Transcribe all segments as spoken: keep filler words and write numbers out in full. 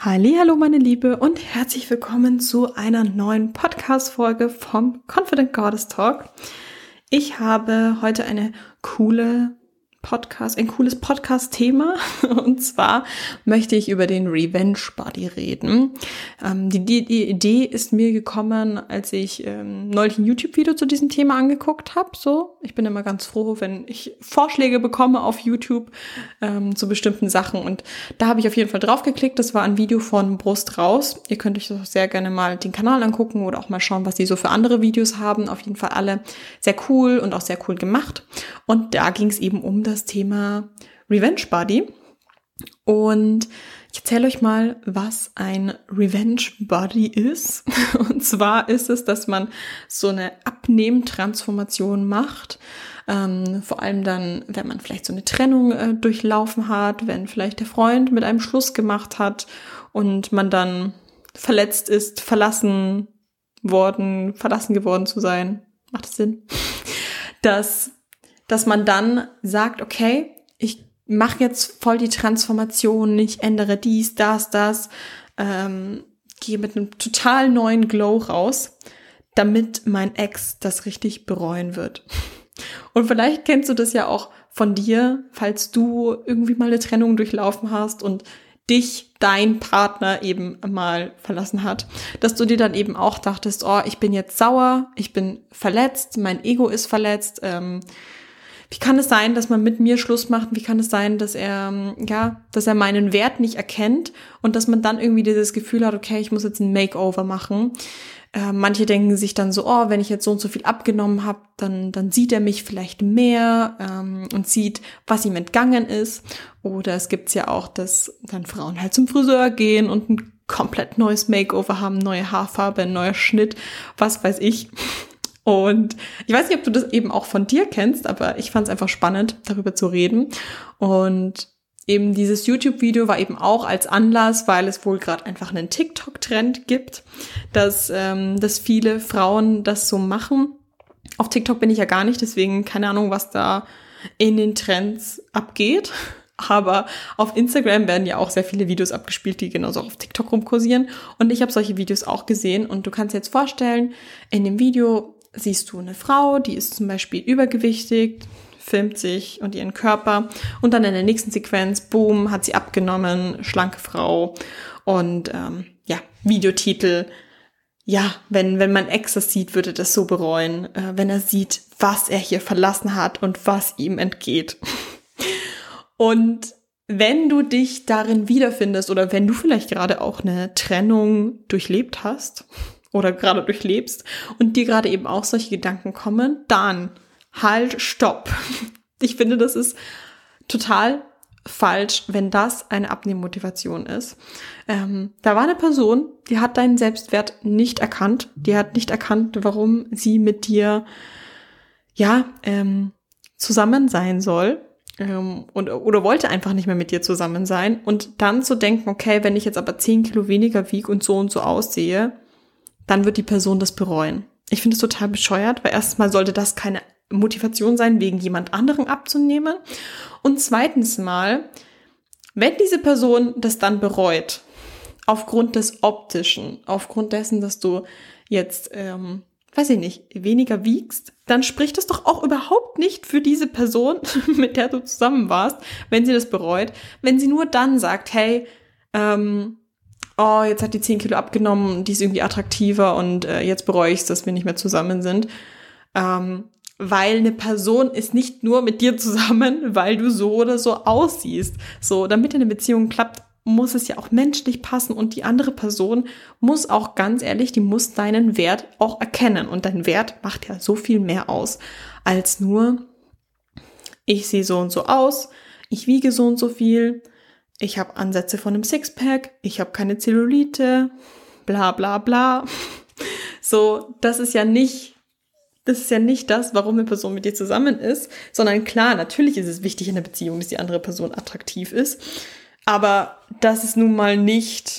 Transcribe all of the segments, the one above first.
Hallihallo meine Liebe und herzlich willkommen zu einer neuen Podcast-Folge vom Confident Goddess Talk. Ich habe heute eine coole Podcast, ein cooles Podcast-Thema und zwar möchte ich über den Revenge Body reden. Ähm, die, die, die Idee ist mir gekommen, als ich ähm, neulich ein YouTube-Video zu diesem Thema angeguckt habe. So, ich bin immer ganz froh, wenn ich Vorschläge bekomme auf YouTube ähm, zu bestimmten Sachen und da habe ich auf jeden Fall drauf geklickt. Das war ein Video von Brust raus. Ihr könnt euch auch sehr gerne mal den Kanal angucken oder auch mal schauen, was die so für andere Videos haben. Auf jeden Fall alle sehr cool und auch sehr cool gemacht. Und da ging es eben um das Thema Revenge Body. Und ich erzähle euch mal, was ein Revenge Body ist. Und zwar ist es, dass man so eine Abnehmtransformation macht. Ähm, vor allem dann, wenn man vielleicht so eine Trennung äh, durchlaufen hat, wenn vielleicht der Freund mit einem Schluss gemacht hat und man dann verletzt ist, verlassen worden, verlassen geworden zu sein. Macht das Sinn? Dass dass man dann sagt, okay, ich mache jetzt voll die Transformation, ich ändere dies, das, das, ähm, gehe mit einem total neuen Glow raus, damit mein Ex das richtig bereuen wird. Und vielleicht kennst du das ja auch von dir, falls du irgendwie mal eine Trennung durchlaufen hast und dich dein Partner eben mal verlassen hat, dass du dir dann eben auch dachtest, oh, ich bin jetzt sauer, ich bin verletzt, mein Ego ist verletzt, ähm, wie kann es sein, dass man mit mir Schluss macht? Wie kann es sein, dass er, ja, dass er meinen Wert nicht erkennt und dass man dann irgendwie dieses Gefühl hat, okay, ich muss jetzt ein Makeover machen. Äh, manche denken sich dann so, oh, wenn ich jetzt so und so viel abgenommen habe, dann dann sieht er mich vielleicht mehr ähm, und sieht, was ihm entgangen ist. Oder es gibt's ja auch, dass dann Frauen halt zum Friseur gehen und ein komplett neues Makeover haben, neue Haarfarbe, ein neuer Schnitt, was weiß ich. Und ich weiß nicht, ob du das eben auch von dir kennst, aber ich fand es einfach spannend, darüber zu reden. Und eben dieses YouTube-Video war eben auch als Anlass, weil es wohl gerade einfach einen TikTok-Trend gibt, dass, ähm, dass viele Frauen das so machen. Auf TikTok bin ich ja gar nicht, deswegen keine Ahnung, was da in den Trends abgeht. Aber auf Instagram werden ja auch sehr viele Videos abgespielt, die genauso auf TikTok rumkursieren. Und ich habe solche Videos auch gesehen. Und du kannst dir jetzt vorstellen, in dem Video siehst du eine Frau, die ist zum Beispiel übergewichtig, filmt sich und ihren Körper und dann in der nächsten Sequenz, boom, hat sie abgenommen, schlanke Frau und ähm, ja, Videotitel, ja, wenn wenn mein Ex das sieht, würde das so bereuen, äh, wenn er sieht, was er hier verlassen hat und was ihm entgeht. Und wenn du dich darin wiederfindest oder wenn du vielleicht gerade auch eine Trennung durchlebt hast, oder gerade durchlebst und dir gerade eben auch solche Gedanken kommen, dann halt, stopp. Ich finde, das ist total falsch, wenn das eine Abnehmmotivation ist. Ähm, da war eine Person, die hat deinen Selbstwert nicht erkannt. Die hat nicht erkannt, warum sie mit dir ja ähm, zusammen sein soll. Ähm, und, oder wollte einfach nicht mehr mit dir zusammen sein. Und dann zu denken, okay, wenn ich jetzt aber zehn Kilo weniger wiege und so und so aussehe, dann wird die Person das bereuen. Ich finde es total bescheuert, weil erstmal sollte das keine Motivation sein, wegen jemand anderem abzunehmen. Und zweitens mal, wenn diese Person das dann bereut, aufgrund des Optischen, aufgrund dessen, dass du jetzt, ähm, weiß ich nicht, weniger wiegst, dann spricht das doch auch überhaupt nicht für diese Person, mit der du zusammen warst, wenn sie das bereut. Wenn sie nur dann sagt, hey, ähm, oh, jetzt hat die zehn Kilo abgenommen, die ist irgendwie attraktiver und äh, jetzt bereue ich es, dass wir nicht mehr zusammen sind. Ähm, weil eine Person ist nicht nur mit dir zusammen, weil du so oder so aussiehst. So, damit eine Beziehung klappt, muss es ja auch menschlich passen und die andere Person muss auch ganz ehrlich, die muss deinen Wert auch erkennen. Und dein Wert macht ja so viel mehr aus, als nur, ich sehe so und so aus, ich wiege so und so viel, ich habe Ansätze von einem Sixpack, ich habe keine Zellulite, bla bla bla. So, das ist ja nicht, das ist ja nicht das, warum eine Person mit dir zusammen ist, sondern klar, natürlich ist es wichtig in der Beziehung, dass die andere Person attraktiv ist, aber das ist nun mal nicht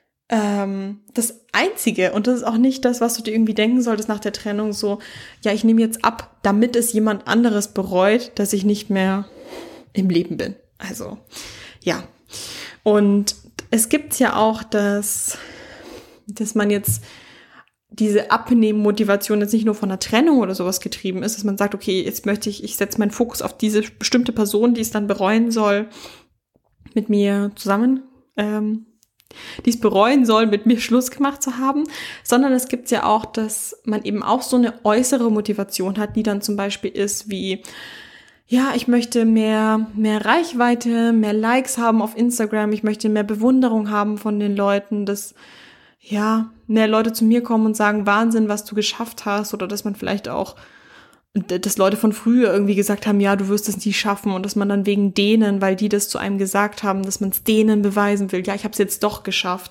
ähm, das Einzige und das ist auch nicht das, was du dir irgendwie denken solltest nach der Trennung, so, ja, ich nehme jetzt ab, damit es jemand anderes bereut, dass ich nicht mehr im Leben bin. Also, ja. Und es gibt ja auch das, dass man jetzt diese Abnehmen-Motivation jetzt nicht nur von einer Trennung oder sowas getrieben ist, dass man sagt, okay, jetzt möchte ich, ich setze meinen Fokus auf diese bestimmte Person, die es dann bereuen soll, mit mir zusammen, ähm, die es bereuen soll, mit mir Schluss gemacht zu haben, sondern es gibt ja auch, dass man eben auch so eine äußere Motivation hat, die dann zum Beispiel ist wie, ja, ich möchte mehr, mehr Reichweite, mehr Likes haben auf Instagram, ich möchte mehr Bewunderung haben von den Leuten, dass ja, mehr Leute zu mir kommen und sagen, Wahnsinn, was du geschafft hast, oder dass man vielleicht auch, dass Leute von früher irgendwie gesagt haben, ja, du wirst es nie schaffen, und dass man dann wegen denen, weil die das zu einem gesagt haben, dass man es denen beweisen will, ja, ich habe es jetzt doch geschafft.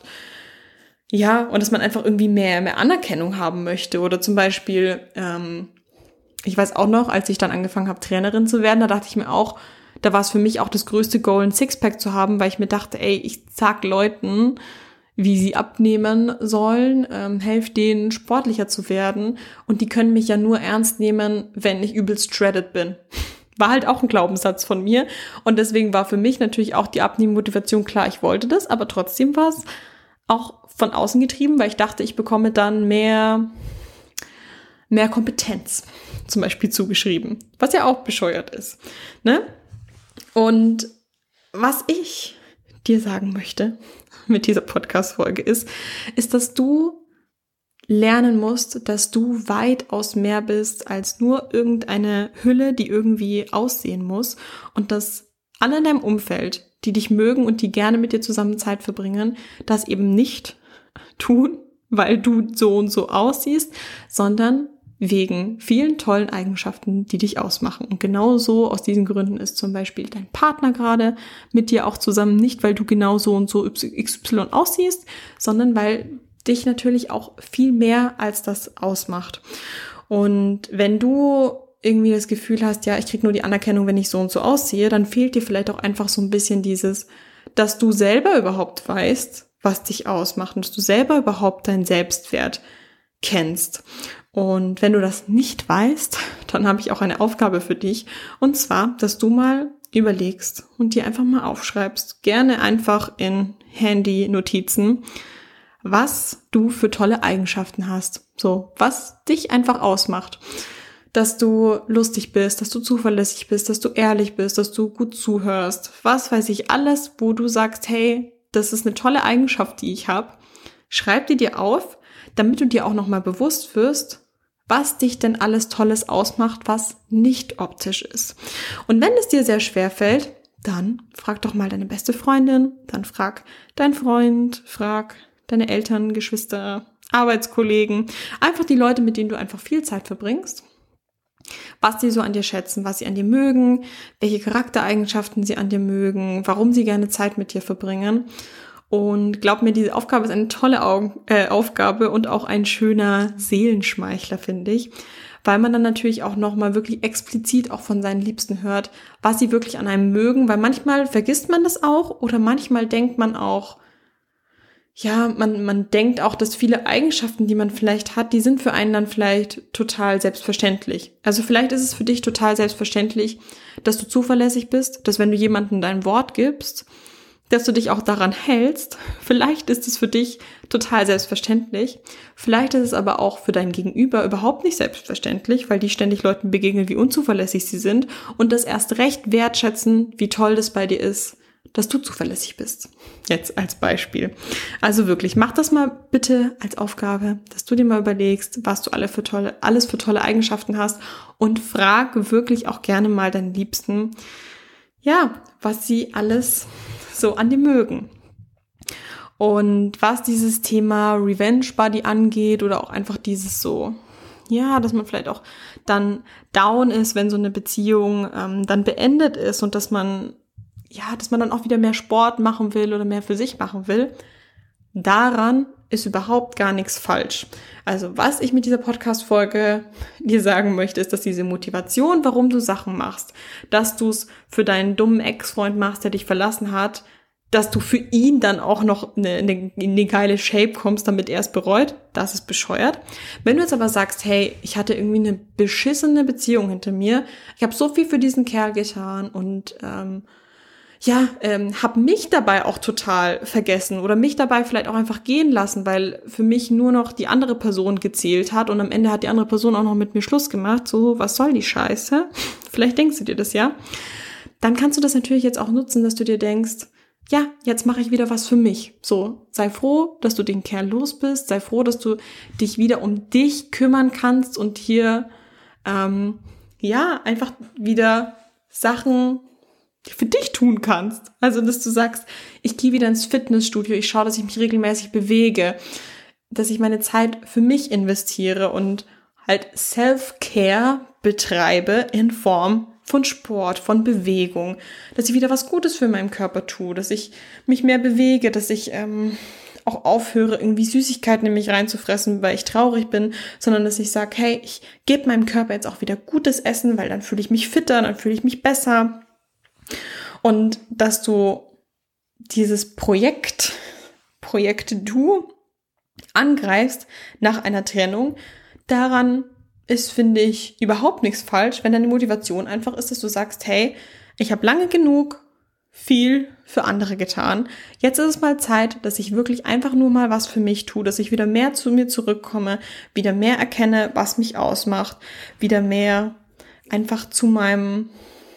Ja, und dass man einfach irgendwie mehr, mehr Anerkennung haben möchte, oder zum Beispiel, ähm, ich weiß auch noch, als ich dann angefangen habe, Trainerin zu werden, da dachte ich mir auch, da war es für mich auch das größte Goal, ein Sixpack zu haben, weil ich mir dachte, ey, ich sag Leuten, wie sie abnehmen sollen, ähm, helfe denen, sportlicher zu werden. Und die können mich ja nur ernst nehmen, wenn ich übelst shredded bin. War halt auch ein Glaubenssatz von mir. Und deswegen war für mich natürlich auch die Abnehmmotivation klar, ich wollte das, aber trotzdem war es auch von außen getrieben, weil ich dachte, ich bekomme dann mehr, mehr Kompetenz zum Beispiel zugeschrieben. Was ja auch bescheuert ist. Ne? Und was ich dir sagen möchte mit dieser Podcast-Folge ist, ist, dass du lernen musst, dass du weitaus mehr bist als nur irgendeine Hülle, die irgendwie aussehen muss, und dass alle in deinem Umfeld, die dich mögen und die gerne mit dir zusammen Zeit verbringen, das eben nicht tun, weil du so und so aussiehst, sondern wegen vielen tollen Eigenschaften, die dich ausmachen. Und genauso aus diesen Gründen ist zum Beispiel dein Partner gerade mit dir auch zusammen, nicht weil du genau so und so X Y aussiehst, sondern weil dich natürlich auch viel mehr als das ausmacht. Und wenn du irgendwie das Gefühl hast, ja, ich krieg nur die Anerkennung, wenn ich so und so aussehe, dann fehlt dir vielleicht auch einfach so ein bisschen dieses, dass du selber überhaupt weißt, was dich ausmacht, und dass du selber überhaupt deinen Selbstwert kennst. Und wenn du das nicht weißt, dann habe ich auch eine Aufgabe für dich. Und zwar, dass du mal überlegst und dir einfach mal aufschreibst, gerne einfach in Handy-Notizen, was du für tolle Eigenschaften hast. So, was dich einfach ausmacht. Dass du lustig bist, dass du zuverlässig bist, dass du ehrlich bist, dass du gut zuhörst. Was weiß ich, alles, wo du sagst, hey, das ist eine tolle Eigenschaft, die ich habe. Schreib die dir auf, damit du dir auch nochmal bewusst wirst, was dich denn alles Tolles ausmacht, was nicht optisch ist. Und wenn es dir sehr schwer fällt, dann frag doch mal deine beste Freundin, dann frag deinen Freund, frag deine Eltern, Geschwister, Arbeitskollegen, einfach die Leute, mit denen du einfach viel Zeit verbringst, was sie so an dir schätzen, was sie an dir mögen, welche Charaktereigenschaften sie an dir mögen, warum sie gerne Zeit mit dir verbringen. Und glaub mir, diese Aufgabe ist eine tolle Au- äh, Aufgabe und auch ein schöner Seelenschmeichler, finde ich, weil man dann natürlich auch nochmal wirklich explizit auch von seinen Liebsten hört, was sie wirklich an einem mögen, weil manchmal vergisst man das auch, oder manchmal denkt man auch, ja, man, man denkt auch, dass viele Eigenschaften, die man vielleicht hat, die sind für einen dann vielleicht total selbstverständlich. Also vielleicht ist es für dich total selbstverständlich, dass du zuverlässig bist, dass wenn du jemandem dein Wort gibst, dass du dich auch daran hältst. Vielleicht ist es für dich total selbstverständlich. Vielleicht ist es aber auch für dein Gegenüber überhaupt nicht selbstverständlich, weil die ständig Leuten begegnen, wie unzuverlässig sie sind, und das erst recht wertschätzen, wie toll das bei dir ist, dass du zuverlässig bist. Jetzt als Beispiel. Also wirklich, mach das mal bitte als Aufgabe, dass du dir mal überlegst, was du alle für tolle, alles für tolle Eigenschaften hast, und frag wirklich auch gerne mal deinen Liebsten, ja, was sie alles so an dir mögen. Und was dieses Thema Revenge Body angeht, oder auch einfach dieses so, ja, dass man vielleicht auch dann down ist, wenn so eine Beziehung ähm, dann beendet ist, und dass man, ja, dass man dann auch wieder mehr Sport machen will oder mehr für sich machen will, daran ist überhaupt gar nichts falsch. Also was ich mit dieser Podcast-Folge dir sagen möchte, ist, dass diese Motivation, warum du Sachen machst, dass du es für deinen dummen Ex-Freund machst, der dich verlassen hat, dass du für ihn dann auch noch eine, eine, in eine geile Shape kommst, damit er es bereut, das ist bescheuert. Wenn du jetzt aber sagst, hey, ich hatte irgendwie eine beschissene Beziehung hinter mir, ich habe so viel für diesen Kerl getan und ähm, ja, ähm, habe mich dabei auch total vergessen oder mich dabei vielleicht auch einfach gehen lassen, weil für mich nur noch die andere Person gezählt hat und am Ende hat die andere Person auch noch mit mir Schluss gemacht. So, was soll die Scheiße? Vielleicht denkst du dir das ja. Dann kannst du das natürlich jetzt auch nutzen, dass du dir denkst, ja, jetzt mache ich wieder was für mich. So, sei froh, dass du den Kerl los bist. Sei froh, dass du dich wieder um dich kümmern kannst und hier, ähm, ja, einfach wieder Sachen für dich tun kannst. Also, dass du sagst, ich gehe wieder ins Fitnessstudio, ich schaue, dass ich mich regelmäßig bewege, dass ich meine Zeit für mich investiere und halt Self-Care betreibe in Form von Sport, von Bewegung, dass ich wieder was Gutes für meinen Körper tue, dass ich mich mehr bewege, dass ich ähm, auch aufhöre, irgendwie Süßigkeiten in mich reinzufressen, weil ich traurig bin, sondern dass ich sage, hey, ich gebe meinem Körper jetzt auch wieder gutes Essen, weil dann fühle ich mich fitter, dann fühle ich mich besser. Und dass du dieses Projekt, Projekt Du angreifst nach einer Trennung, daran ist, finde ich, überhaupt nichts falsch, wenn deine Motivation einfach ist, dass du sagst, hey, ich habe lange genug viel für andere getan. Jetzt ist es mal Zeit, dass ich wirklich einfach nur mal was für mich tue, dass ich wieder mehr zu mir zurückkomme, wieder mehr erkenne, was mich ausmacht, wieder mehr einfach zu meinem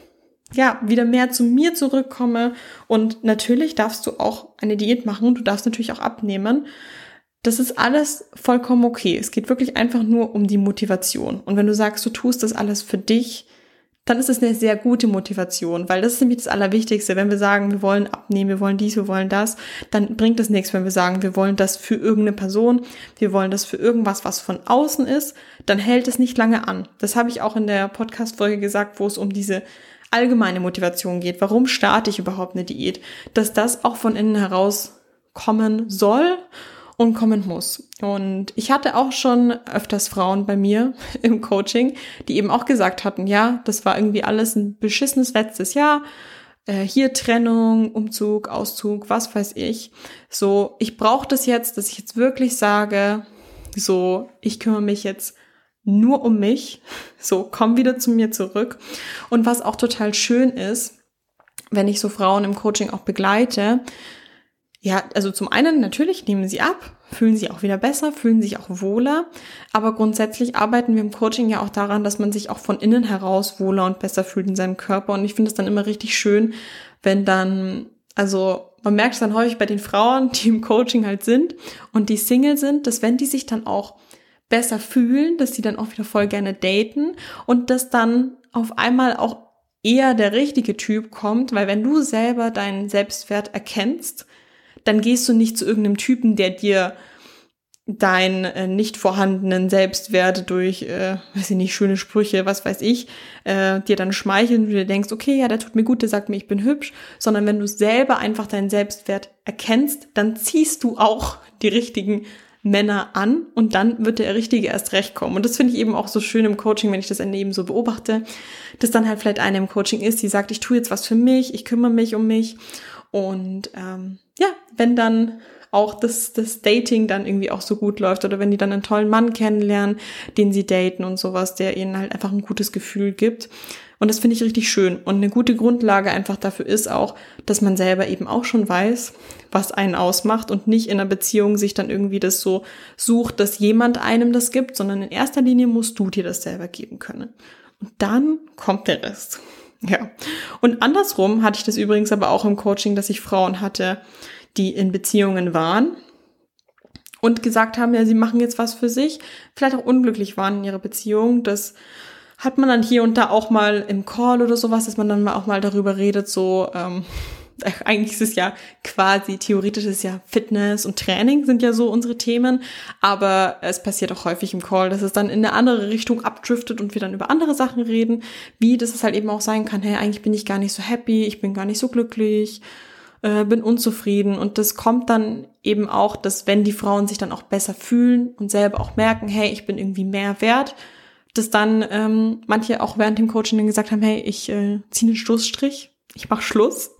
ja, wieder mehr zu mir zurückkomme und natürlich darfst du auch eine Diät machen, du darfst natürlich auch abnehmen. Das ist alles vollkommen okay. Es geht wirklich einfach nur um die Motivation. Und wenn du sagst, du tust das alles für dich, dann ist es eine sehr gute Motivation, weil das ist nämlich das Allerwichtigste. Wenn wir sagen, wir wollen abnehmen, wir wollen dies, wir wollen das, dann bringt es nichts, wenn wir sagen, wir wollen das für irgendeine Person, wir wollen das für irgendwas, was von außen ist, dann hält es nicht lange an. Das habe ich auch in der Podcast-Folge gesagt, wo es um diese allgemeine Motivation geht. Warum starte ich überhaupt eine Diät? Dass das auch von innen heraus kommen soll und kommen muss. Und ich hatte auch schon öfters Frauen bei mir im Coaching, die eben auch gesagt hatten, ja, das war irgendwie alles ein beschissenes letztes Jahr. Äh, hier Trennung, Umzug, Auszug, was weiß ich. So, ich brauche das jetzt, dass ich jetzt wirklich sage, so, ich kümmere mich jetzt nur um mich, so, komm wieder zu mir zurück. Und was auch total schön ist, wenn ich so Frauen im Coaching auch begleite, ja, also zum einen natürlich nehmen sie ab, fühlen sich auch wieder besser, fühlen sich auch wohler, aber grundsätzlich arbeiten wir im Coaching ja auch daran, dass man sich auch von innen heraus wohler und besser fühlt in seinem Körper und ich finde es dann immer richtig schön, wenn dann, also man merkt es dann häufig bei den Frauen, die im Coaching halt sind und die Single sind, dass wenn die sich dann auch besser fühlen, dass sie dann auch wieder voll gerne daten und dass dann auf einmal auch eher der richtige Typ kommt, weil wenn du selber deinen Selbstwert erkennst, dann gehst du nicht zu irgendeinem Typen, der dir deinen äh, nicht vorhandenen Selbstwert durch, äh, weiß ich nicht, schöne Sprüche, was weiß ich, äh, dir dann schmeichelt und du dir denkst, okay, ja, der tut mir gut, der sagt mir, ich bin hübsch, sondern wenn du selber einfach deinen Selbstwert erkennst, dann ziehst du auch die richtigen Männer an und dann wird der Richtige erst recht kommen. Und das finde ich eben auch so schön im Coaching, wenn ich das eben so beobachte, dass dann halt vielleicht eine im Coaching ist, die sagt, ich tue jetzt was für mich, ich kümmere mich um mich. Und ähm, ja, wenn dann auch das, das Dating dann irgendwie auch so gut läuft oder wenn die dann einen tollen Mann kennenlernen, den sie daten und sowas, der ihnen halt einfach ein gutes Gefühl gibt. Und das finde ich richtig schön. Und eine gute Grundlage einfach dafür ist auch, dass man selber eben auch schon weiß, was einen ausmacht und nicht in einer Beziehung sich dann irgendwie das so sucht, dass jemand einem das gibt, sondern in erster Linie musst du dir das selber geben können. Und dann kommt der Rest. Ja. Und andersrum hatte ich das übrigens aber auch im Coaching, dass ich Frauen hatte, die in Beziehungen waren und gesagt haben, ja, sie machen jetzt was für sich, vielleicht auch unglücklich waren in ihrer Beziehung. Das hat man dann hier und da auch mal im Call oder sowas, dass man dann mal auch mal darüber redet, so, ähm, eigentlich ist es ja quasi, theoretisch ist es ja Fitness und Training sind ja so unsere Themen, aber es passiert auch häufig im Call, dass es dann in eine andere Richtung abdriftet und wir dann über andere Sachen reden, wie dass es halt eben auch sein kann, hey, eigentlich bin ich gar nicht so happy, ich bin gar nicht so glücklich, äh, bin unzufrieden und das kommt dann eben auch, dass wenn die Frauen sich dann auch besser fühlen und selber auch merken, hey, ich bin irgendwie mehr wert, dass dann ähm, manche auch während dem Coaching dann gesagt haben, hey, ich äh, ziehe einen Schlussstrich, ich mache Schluss.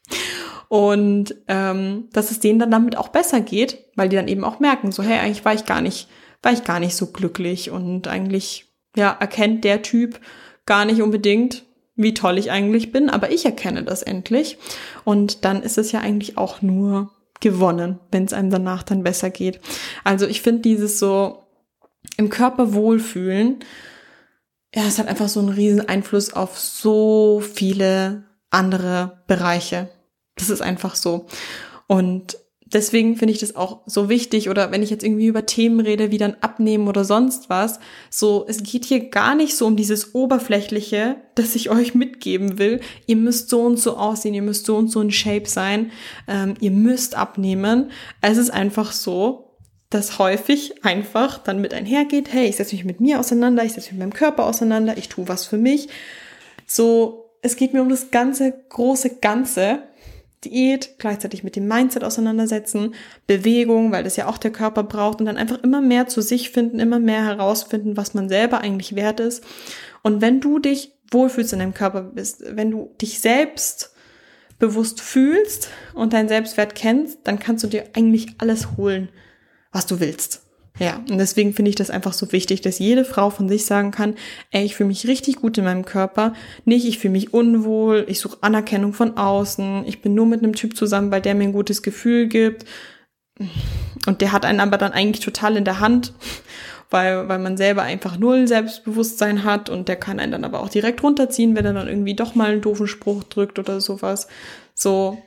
Und ähm, dass es denen dann damit auch besser geht, weil die dann eben auch merken, so hey, eigentlich war ich gar nicht, war ich gar nicht so glücklich und eigentlich ja erkennt der Typ gar nicht unbedingt wie toll ich eigentlich bin, aber ich erkenne das endlich. Und dann ist es ja eigentlich auch nur gewonnen, wenn es einem danach dann besser geht. Also ich finde dieses so im Körper wohlfühlen, ja, es hat einfach so einen riesen Einfluss auf so viele andere Bereiche. Das ist einfach so. Und deswegen finde ich das auch so wichtig, oder wenn ich jetzt irgendwie über Themen rede, wie dann Abnehmen oder sonst was, so, es geht hier gar nicht so um dieses Oberflächliche, das ich euch mitgeben will. Ihr müsst so und so aussehen, ihr müsst so und so in Shape sein, ähm, ihr müsst abnehmen. Es ist einfach so, dass häufig einfach dann mit einhergeht, hey, ich setze mich mit mir auseinander, ich setze mich mit meinem Körper auseinander, ich tue was für mich. So, es geht mir um das ganze, große Ganze. Diät, gleichzeitig mit dem Mindset auseinandersetzen, Bewegung, weil das ja auch der Körper braucht, und dann einfach immer mehr zu sich finden, immer mehr herausfinden, was man selber eigentlich wert ist. Und wenn du dich wohlfühlst in deinem Körper bist, wenn du dich selbst bewusst fühlst und deinen Selbstwert kennst, dann kannst du dir eigentlich alles holen, was du willst. Ja, und deswegen finde ich das einfach so wichtig, dass jede Frau von sich sagen kann, ey, ich fühle mich richtig gut in meinem Körper, nicht ich fühle mich unwohl, ich suche Anerkennung von außen, ich bin nur mit einem Typ zusammen, weil der mir ein gutes Gefühl gibt, und der hat einen aber dann eigentlich total in der Hand, weil weil man selber einfach null Selbstbewusstsein hat, und der kann einen dann aber auch direkt runterziehen, wenn er dann irgendwie doch mal einen doofen Spruch drückt oder sowas. So,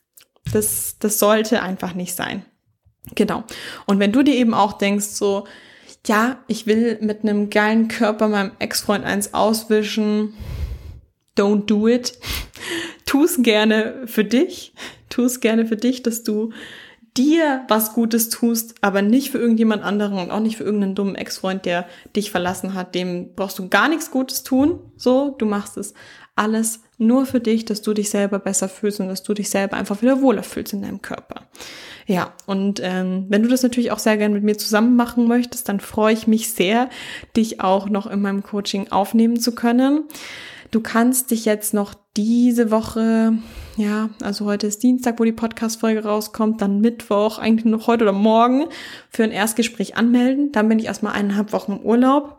das das sollte einfach nicht sein. Genau. Und wenn du dir eben auch denkst, so, ja, ich will mit einem geilen Körper meinem Ex-Freund eins auswischen, don't do it. Tu es gerne für dich. Tu es gerne für dich, dass du dir was Gutes tust, aber nicht für irgendjemand anderen und auch nicht für irgendeinen dummen Ex-Freund, der dich verlassen hat. Dem brauchst du gar nichts Gutes tun. So, du machst es alles nur für dich, dass du dich selber besser fühlst und dass du dich selber einfach wieder wohler fühlst in deinem Körper. Ja, und ähm, wenn du das natürlich auch sehr gerne mit mir zusammen machen möchtest, dann freue ich mich sehr, dich auch noch in meinem Coaching aufnehmen zu können. Du kannst dich jetzt noch diese Woche, ja, also heute ist Dienstag, wo die Podcast-Folge rauskommt, dann Mittwoch, eigentlich noch heute oder morgen, für ein Erstgespräch anmelden. Dann bin ich erstmal eineinhalb Wochen im Urlaub.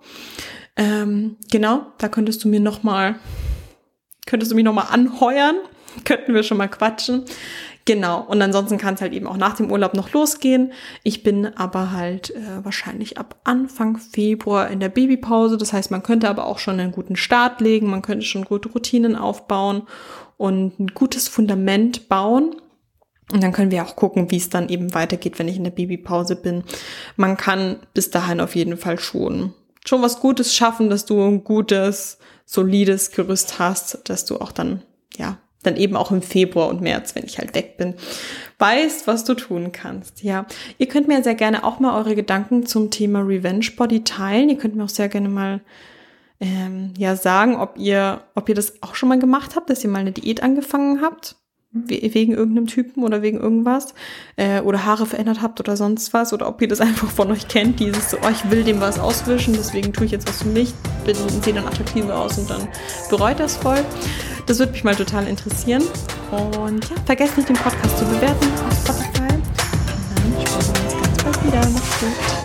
Ähm, genau, da könntest du mir nochmal, könntest du mich nochmal anheuern, könnten wir schon mal quatschen. Genau, und ansonsten kann es halt eben auch nach dem Urlaub noch losgehen. Ich bin aber halt äh, wahrscheinlich ab Anfang Februar in der Babypause. Das heißt, man könnte aber auch schon einen guten Start legen, man könnte schon gute Routinen aufbauen und ein gutes Fundament bauen. Und dann können wir auch gucken, wie es dann eben weitergeht, wenn ich in der Babypause bin. Man kann bis dahin auf jeden Fall schon, schon was Gutes schaffen, dass du ein gutes, solides Gerüst hast, dass du auch dann, ja, dann eben auch im Februar und März, wenn ich halt weg bin, weißt, was du tun kannst. Ja, ihr könnt mir sehr gerne auch mal eure Gedanken zum Thema Revenge Body teilen. Ihr könnt mir auch sehr gerne mal ähm, ja sagen, ob ihr ob ihr das auch schon mal gemacht habt, dass ihr mal eine Diät angefangen habt, we- wegen irgendeinem Typen oder wegen irgendwas, äh, oder Haare verändert habt oder sonst was, oder ob ihr das einfach von euch kennt, dieses so, oh, ich will dem was auswischen, deswegen tue ich jetzt was für mich, bin und sehe dann attraktiver aus und dann bereut das voll. Das würde mich mal total interessieren. Und ja, vergesst nicht, den Podcast zu bewerten auf Spotify. Und dann sprechen wir uns ganz bald wieder. Macht's gut.